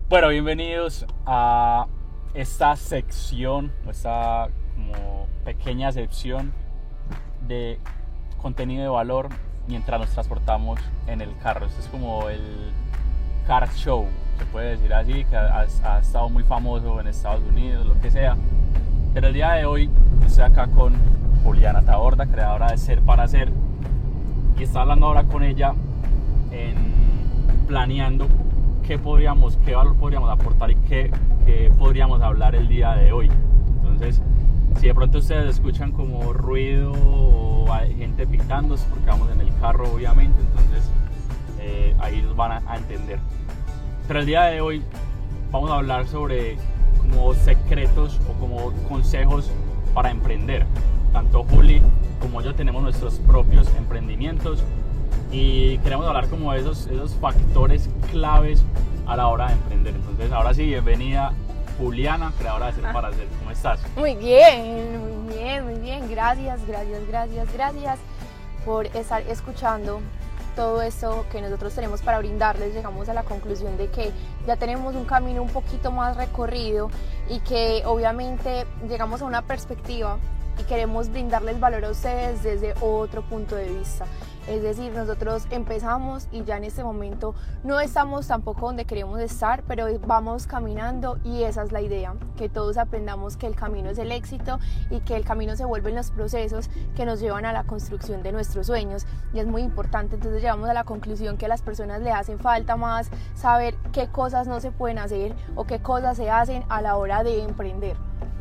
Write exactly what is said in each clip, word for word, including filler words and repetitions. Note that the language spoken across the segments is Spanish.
Bueno, bienvenidos a esta sección, o esta como pequeña sección de contenido de valor mientras nos transportamos en el carro. Este es como el car show, se puede decir así, que ha, ha estado muy famoso en Estados Unidos, lo que sea. Pero el día de hoy estoy acá con Juliana Taborda, creadora de Ser para Hacer, y está hablando ahora con ella en planeando qué podríamos, qué valor podríamos aportar y qué, qué podríamos hablar el día de hoy. Entonces, si de pronto ustedes escuchan como ruido o hay gente picando, es porque vamos en el carro, obviamente, entonces eh, ahí nos van a, a entender. Pero el día de hoy vamos a hablar sobre como secretos o como consejos para emprender. Tanto Juli como yo tenemos nuestros propios emprendimientos y queremos hablar como de esos, esos factores claves a la hora de emprender. Entonces, ahora sí, bienvenida Juliana, creadora de Ser para Hacer. ¿Cómo estás? Muy bien, muy bien, muy bien. Gracias, gracias, gracias, gracias por estar escuchando todo esto que nosotros tenemos para brindarles. Llegamos a la conclusión de que ya tenemos un camino un poquito más recorrido y que obviamente llegamos a una perspectiva y queremos brindarles valor a ustedes desde otro punto de vista. Es decir, nosotros empezamos y ya en este momento no estamos tampoco donde queremos estar, pero vamos caminando y esa es la idea, que todos aprendamos que el camino es el éxito y que el camino se vuelven los procesos que nos llevan a la construcción de nuestros sueños, y es muy importante. Entonces llegamos a la conclusión que a las personas le hacen falta más saber qué cosas no se pueden hacer o qué cosas se hacen a la hora de emprender.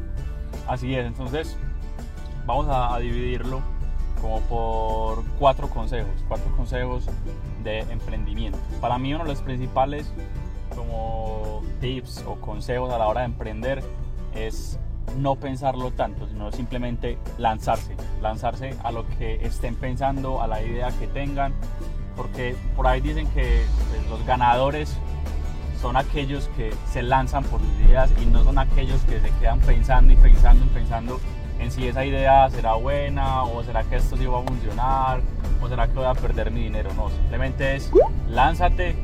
Así es, entonces vamos a, a dividirlo como por cuatro consejos, cuatro consejos de emprendimiento. Para mí uno de los principales como tips o consejos a la hora de emprender es no pensarlo tanto, sino simplemente lanzarse, lanzarse a lo que estén pensando, a la idea que tengan, porque por ahí dicen que pues, los ganadores son aquellos que se lanzan por sus ideas y no son aquellos que se quedan pensando y pensando y pensando en si esa idea será buena o será que esto sí va a funcionar o será que voy a perder mi dinero. No, simplemente es lánzate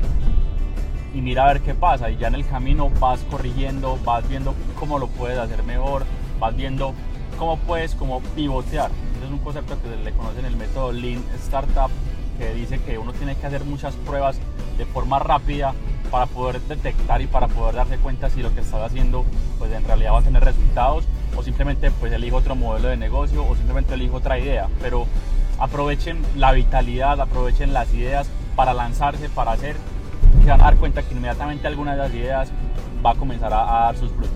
y mira a ver qué pasa, y ya en el camino vas corrigiendo, vas viendo cómo lo puedes hacer mejor, vas viendo cómo puedes como pivotear. Ese es un concepto que se le conoce en el método Lean Startup, que dice que uno tiene que hacer muchas pruebas de forma rápida para poder detectar y para poder darse cuenta si lo que estás haciendo pues en realidad va a tener resultados, o simplemente pues elijo otro modelo de negocio, o simplemente elijo otra idea. Pero aprovechen la vitalidad, aprovechen las ideas para lanzarse, para hacer, y se van a dar cuenta que inmediatamente alguna de las ideas va a comenzar a, a dar sus frutos.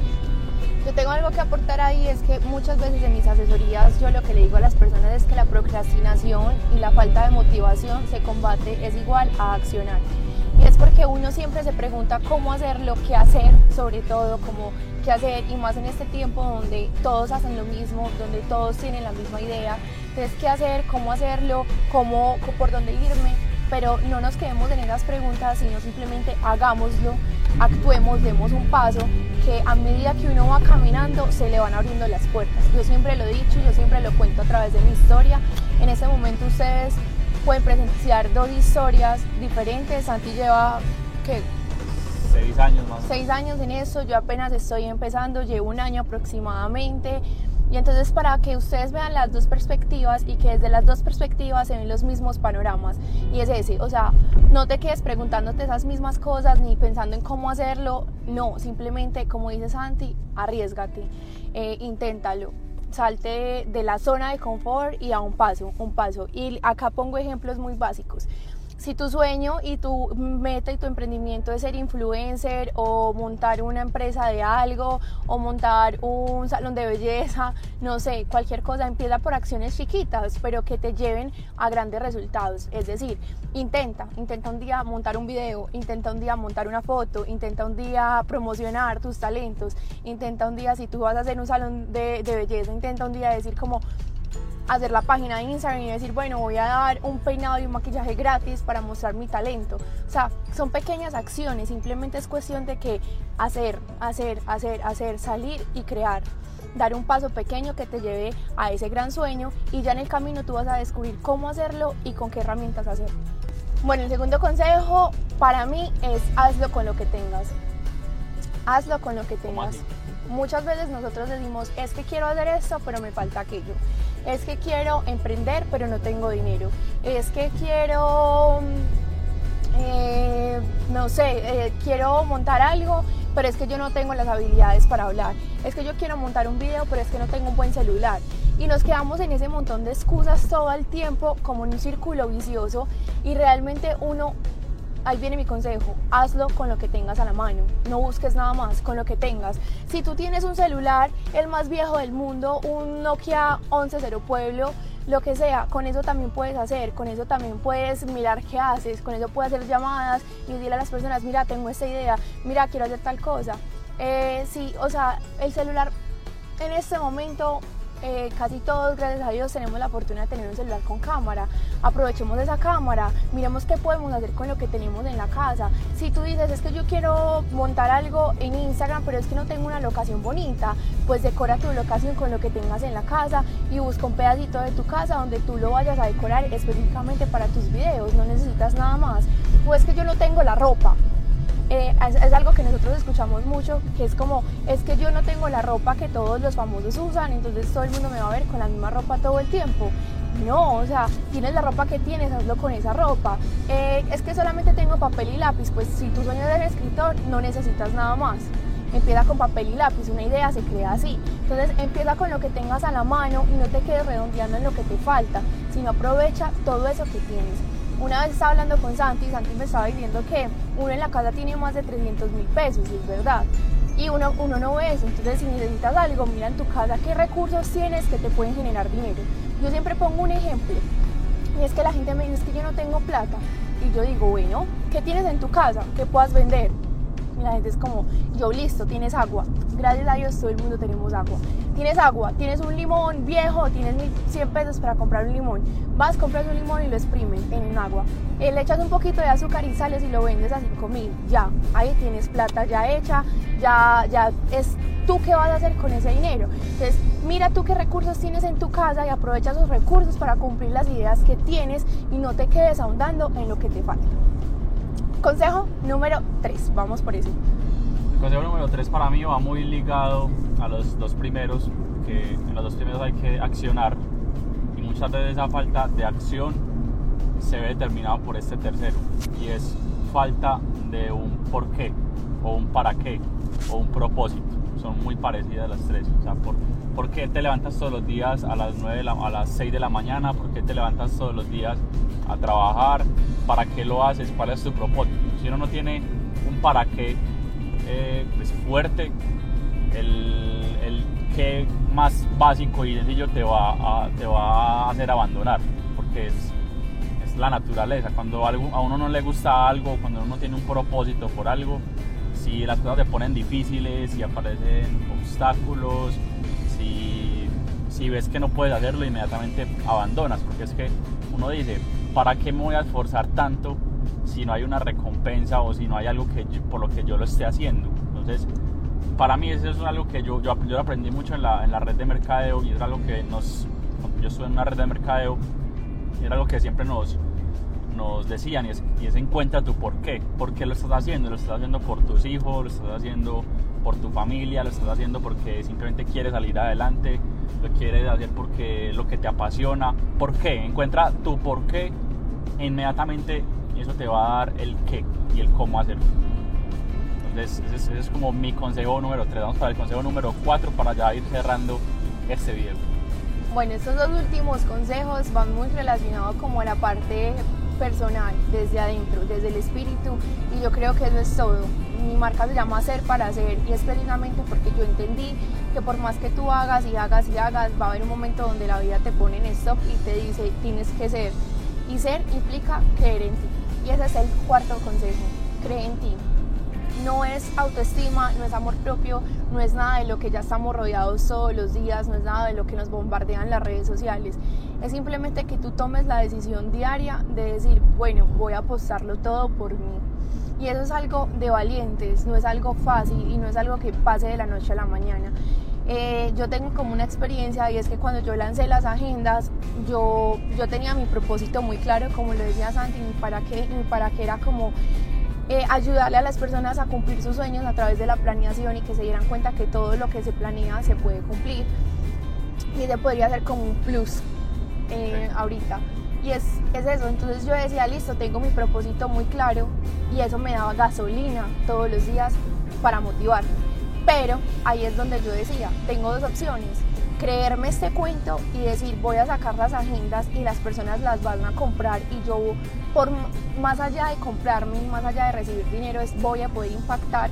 Yo tengo algo que aportar ahí, es que muchas veces en mis asesorías yo lo que le digo a las personas es que la procrastinación y la falta de motivación se combate es igual a accionar. Y es porque uno siempre se pregunta cómo hacerlo, qué hacer, sobre todo como qué hacer, y más en este tiempo donde todos hacen lo mismo, donde todos tienen la misma idea. Entonces, qué hacer, cómo hacerlo, cómo, por dónde irme, pero no nos quedemos en esas preguntas, sino simplemente hagámoslo, actuemos, demos un paso, que a medida que uno va caminando se le van abriendo las puertas. Yo siempre lo he dicho, yo siempre lo cuento a través de mi historia. En este momento ustedes pueden presenciar dos historias diferentes. Santi lleva, ¿qué? Seis años más. Seis años en eso, yo apenas estoy empezando, llevo un año aproximadamente. Y entonces, para que ustedes vean las dos perspectivas y que desde las dos perspectivas se ven los mismos panoramas. Y es ese, o sea, no te quedes preguntándote esas mismas cosas ni pensando en cómo hacerlo. No, simplemente, como dice Santi, arriésgate, eh, inténtalo. Salte de la zona de confort y a un paso, un paso. Y acá pongo ejemplos muy básicos. Si tu sueño y tu meta y tu emprendimiento es ser influencer o montar una empresa de algo o montar un salón de belleza, no sé, cualquier cosa, empieza por acciones chiquitas, pero que te lleven a grandes resultados. Es decir, intenta, intenta un día montar un video, intenta un día montar una foto, intenta un día promocionar tus talentos, intenta un día, si tú vas a hacer un salón de, de belleza, intenta un día decir como hacer la página de Instagram y decir, bueno, voy a dar un peinado y un maquillaje gratis para mostrar mi talento. O sea, son pequeñas acciones, simplemente es cuestión de que hacer, hacer, hacer, hacer, salir y crear. Dar un paso pequeño que te lleve a ese gran sueño, y ya en el camino tú vas a descubrir cómo hacerlo y con qué herramientas hacerlo. Bueno, el segundo consejo para mí es hazlo con lo que tengas. hazlo con lo que ¿Cómo tengas. así? Muchas veces nosotros decimos, es que quiero hacer esto, pero me falta aquello. Es que quiero emprender, pero no tengo dinero. Es que quiero, eh, no sé, eh, quiero montar algo, pero es que yo no tengo las habilidades para hablar. Es que yo quiero montar un video, pero es que no tengo un buen celular. Y nos quedamos en ese montón de excusas todo el tiempo, como en un círculo vicioso, y realmente uno... Ahí viene mi consejo, hazlo con lo que tengas a la mano, no busques nada más, con lo que tengas. Si tú tienes un celular, el más viejo del mundo, un Nokia once cero Pueblo, lo que sea, con eso también puedes hacer, con eso también puedes mirar qué haces, con eso puedes hacer llamadas y decirle a las personas, mira, tengo esta idea, mira, quiero hacer tal cosa. Eh, sí, o sea, el celular en este momento... Eh, casi todos, gracias a Dios, tenemos la oportunidad de tener un celular con cámara. Aprovechemos esa cámara, miremos qué podemos hacer con lo que tenemos en la casa. Si tú dices, es que yo quiero montar algo en Instagram, pero es que no tengo una locación bonita, pues decora tu locación con lo que tengas en la casa y busca un pedacito de tu casa donde tú lo vayas a decorar específicamente para tus videos, no necesitas nada más. O es que yo no tengo la ropa. Eh, es, es algo que nosotros escuchamos mucho, que es como, es que yo no tengo la ropa que todos los famosos usan, entonces todo el mundo me va a ver con la misma ropa todo el tiempo. No, o sea, tienes la ropa que tienes, hazlo con esa ropa. Eh, es que solamente tengo papel y lápiz, pues si tú sueñas ser escritor, no necesitas nada más. Empieza con papel y lápiz, una idea se crea así. Entonces empieza con lo que tengas a la mano y no te quedes redondeando en lo que te falta, sino aprovecha todo eso que tienes. Una vez estaba hablando con Santi, Santi me estaba diciendo que uno en la casa tiene más de trescientos mil pesos, y es verdad. Y uno, uno no ve eso, entonces si necesitas algo, mira en tu casa qué recursos tienes que te pueden generar dinero. Yo siempre pongo un ejemplo, y es que la gente me dice, es que yo no tengo plata. Y yo digo, bueno, ¿qué tienes en tu casa que puedas vender? Y la gente es como, yo listo, tienes agua. Gracias a Dios todo el mundo tenemos agua. Tienes agua, tienes un limón viejo, tienes cien pesos para comprar un limón. Vas, compras un limón y lo exprimes en un agua. Eh, le echas un poquito de azúcar y sales y lo vendes a cinco mil. Ya, ahí tienes plata ya hecha, ya, ya es tú qué vas a hacer con ese dinero. Entonces, mira tú qué recursos tienes en tu casa y aprovecha esos recursos para cumplir las ideas que tienes y no te quedes ahondando en lo que te falta. Consejo número tres, vamos por eso. El consejo número tres para mí va muy ligado a los dos primeros, que en los dos primeros hay que accionar y muchas veces esa falta de acción se ve determinada por este tercero y es falta de un por qué o un para qué o un propósito. Son muy parecidas las tres. O sea, ¿por, ¿por qué te levantas todos los días a las nueve de la, a las seis de la mañana? ¿Por qué te levantas todos los días a trabajar? ¿Para qué lo haces? ¿Cuál es tu propósito? Si uno no tiene un para qué eh, pues fuerte, el, el qué más básico y sencillo te va a, te va a hacer abandonar, porque es, es la naturaleza. Cuando algo, a uno no le gusta algo, cuando uno tiene un propósito por algo, si las cosas se ponen difíciles, si aparecen obstáculos, si, si ves que no puedes hacerlo, inmediatamente abandonas, porque es que uno dice, ¿para qué me voy a esforzar tanto si no hay una recompensa o si no hay algo que yo, por lo que yo lo esté haciendo? Entonces, para mí eso es algo que yo, yo, yo aprendí mucho en la, en la red de mercadeo, y es algo que nos, yo estuve en una red de mercadeo y era algo que siempre nos, nos decían, y es, y es encuentra tu por qué. ¿Por qué lo estás haciendo? Lo estás haciendo por tus hijos, lo estás haciendo por tu familia, lo estás haciendo porque simplemente quieres salir adelante, lo quieres hacer porque es lo que te apasiona. ¿Por qué? Encuentra tu por qué inmediatamente y eso te va a dar el qué y el cómo hacerlo. Entonces ese es, ese es como mi consejo número tres. Vamos para el consejo número cuatro para ya ir cerrando este video. Bueno, estos dos últimos consejos van muy relacionados como a la parte personal, desde adentro, desde el espíritu, y yo creo que eso es todo. Mi marca se llama Ser para Ser, y es precisamente porque yo entendí que por más que tú hagas y hagas y hagas, va a haber un momento donde la vida te pone en stop y te dice, tienes que ser. Y ser implica creer en ti. Y ese es el cuarto consejo, cree en ti. No es autoestima, no es amor propio, no es nada de lo que ya estamos rodeados todos los días, no es nada de lo que nos bombardean las redes sociales. Es simplemente que tú tomes la decisión diaria de decir, bueno, voy a apostarlo todo por mí. Y eso es algo de valientes, no es algo fácil y no es algo que pase de la noche a la mañana. Eh, yo tengo como una experiencia, y es que cuando yo lancé las agendas, yo, yo tenía mi propósito muy claro, como lo decía Santi, mi para qué, mi para qué era como eh, ayudarle a las personas a cumplir sus sueños a través de la planeación y que se dieran cuenta que todo lo que se planea se puede cumplir. Y ese podría ser como un plus eh, sí. ahorita. Y es, es eso, entonces yo decía, listo, tengo mi propósito muy claro y eso me daba gasolina todos los días para motivarme. Pero ahí es donde yo decía, tengo dos opciones, creerme este cuento y decir voy a sacar las agendas y las personas las van a comprar y yo por más allá de comprarme, más allá de recibir dinero, es voy a poder impactar.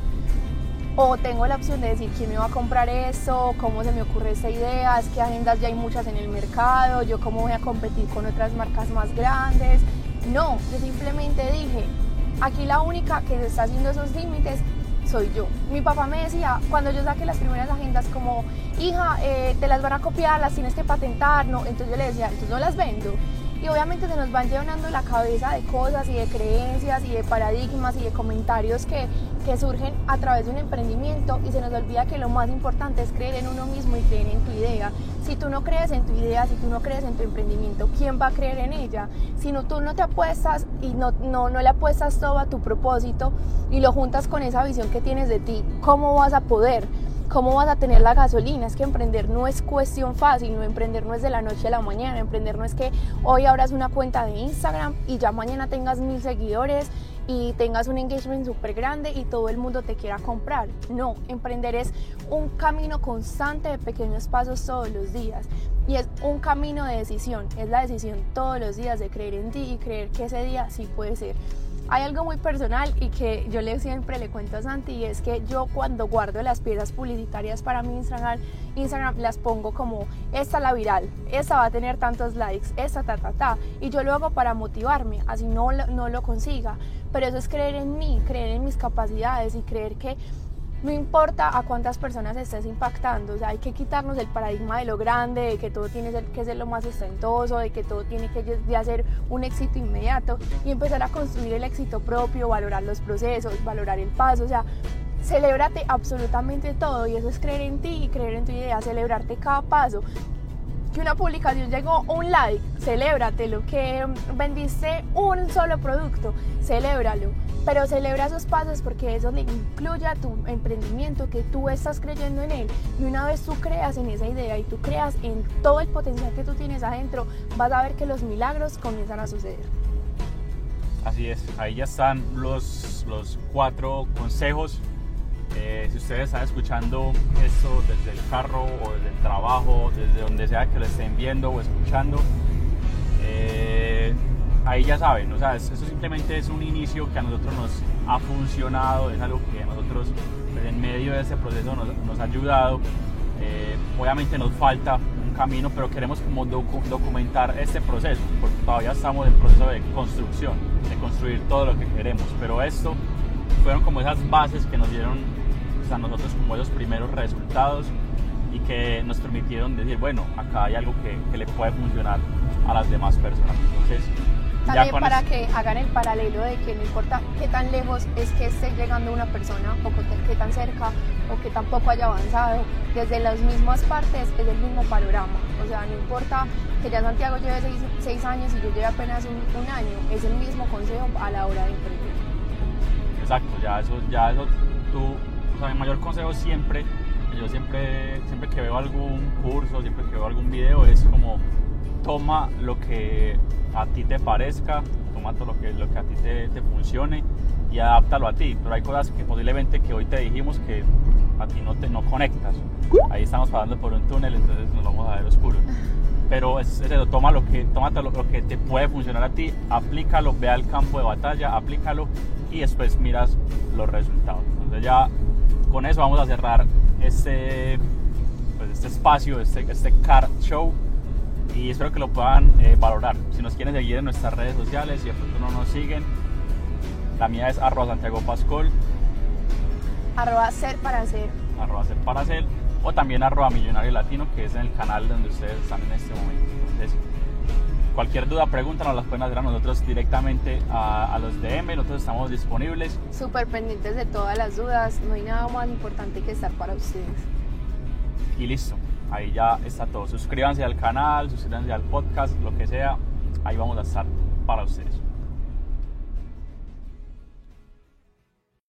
O tengo la opción de decir quién me va a comprar eso, cómo se me ocurre esta idea, es que agendas ya hay muchas en el mercado, yo cómo voy a competir con otras marcas más grandes. No, yo simplemente dije, aquí la única que se está haciendo esos límites soy yo. Mi papá me decía, cuando yo saqué las primeras agendas, como, hija, eh, te las van a copiar, las tienes que patentar, no, entonces yo le decía, entonces no las vendo. Y obviamente se nos van llenando la cabeza de cosas y de creencias y de paradigmas y de comentarios que, que surgen a través de un emprendimiento y se nos olvida que lo más importante es creer en uno mismo y creer en tu idea. Si tú no crees en tu idea, si tú no crees en tu emprendimiento, ¿quién va a creer en ella? Si no, tú no te apuestas y no, no, no le apuestas todo a tu propósito y lo juntas con esa visión que tienes de ti, ¿cómo vas a poder? ¿Cómo vas a tener la gasolina? Es que emprender no es cuestión fácil, no, emprender no es de la noche a la mañana, emprender no es que hoy abras una cuenta de Instagram y ya mañana tengas mil seguidores y tengas un engagement súper grande y todo el mundo te quiera comprar. No, emprender es un camino constante de pequeños pasos todos los días y es un camino de decisión, es la decisión todos los días de creer en ti y creer que ese día sí puede ser. Hay algo muy personal y que yo le, siempre le cuento a Santi y es que yo cuando guardo las piezas publicitarias para mi Instagram, Instagram las pongo como esta la viral, esta va a tener tantos likes, esta ta ta ta y yo lo hago para motivarme, así no, no lo consiga, pero eso es creer en mí, creer en mis capacidades y creer que no importa a cuántas personas estés impactando, o sea, hay que quitarnos el paradigma de lo grande, de que todo tiene que ser lo más ostentoso, de que todo tiene que ya ser un éxito inmediato y empezar a construir el éxito propio, valorar los procesos, valorar el paso, o sea, celébrate absolutamente todo y eso es creer en ti y creer en tu idea, celebrarte cada paso. Que una publicación llegó un like, celébratelo, que vendiste un solo producto, celébralo, pero celebra esos pasos porque eso le incluye a tu emprendimiento, que tú estás creyendo en él y una vez tú creas en esa idea y tú creas en todo el potencial que tú tienes adentro, vas a ver que los milagros comienzan a suceder. Así es, ahí ya están los, los cuatro consejos. Eh, si ustedes están escuchando esto desde el carro o desde el trabajo, desde donde sea que lo estén viendo o escuchando, eh, ahí ya saben, o sea, eso simplemente es un inicio que a nosotros nos ha funcionado, es algo que a nosotros pues, en medio de este proceso nos, nos ha ayudado. Eh, obviamente nos falta un camino, pero queremos como docu- documentar este proceso, porque todavía estamos en proceso de construcción, de construir todo lo que queremos, pero esto fueron como esas bases que nos dieron a nosotros como esos primeros resultados y que nos permitieron decir, bueno, acá hay algo que, que le puede funcionar a las demás personas. Entonces, también ya con para es... que hagan el paralelo de que no importa qué tan lejos es que esté llegando una persona o qué tan cerca o que tampoco haya avanzado, desde las mismas partes es el mismo panorama, o sea, no importa que ya Santiago lleve seis, seis años y yo lleve apenas un, un año, es el mismo consejo a la hora de emprender. Exacto, ya eso, ya eso tú, o sea, mi mayor consejo siempre, yo siempre, siempre que veo algún curso, siempre que veo algún video, es como toma lo que a ti te parezca, toma todo lo que, lo que a ti te, te funcione y adáptalo a ti, pero hay cosas que posiblemente que hoy te dijimos que a ti no, te, no conectas, ahí estamos pasando por un túnel, entonces nos vamos a ver oscuros. Pero es, es eso, toma lo que, tómate lo, lo que te puede funcionar a ti, aplícalo, ve al campo de batalla, aplícalo y después miras los resultados. Entonces ya con eso vamos a cerrar este, pues este espacio, este, este Car Show y espero que lo puedan eh, valorar. Si nos quieren seguir en nuestras redes sociales, si de pronto no nos siguen, la mía es arroba Santiago Pascol, arroba ser para hacer, arroba ser para hacer, o también arroba Millonario Latino, que es en el canal donde ustedes están en este momento. Entonces, cualquier duda, pregunta, nos las pueden hacer a nosotros directamente a, a los D M, nosotros estamos disponibles. Súper pendientes de todas las dudas, no hay nada más importante que estar para ustedes. Y listo, ahí ya está todo. Suscríbanse al canal, suscríbanse al podcast, lo que sea, ahí vamos a estar para ustedes.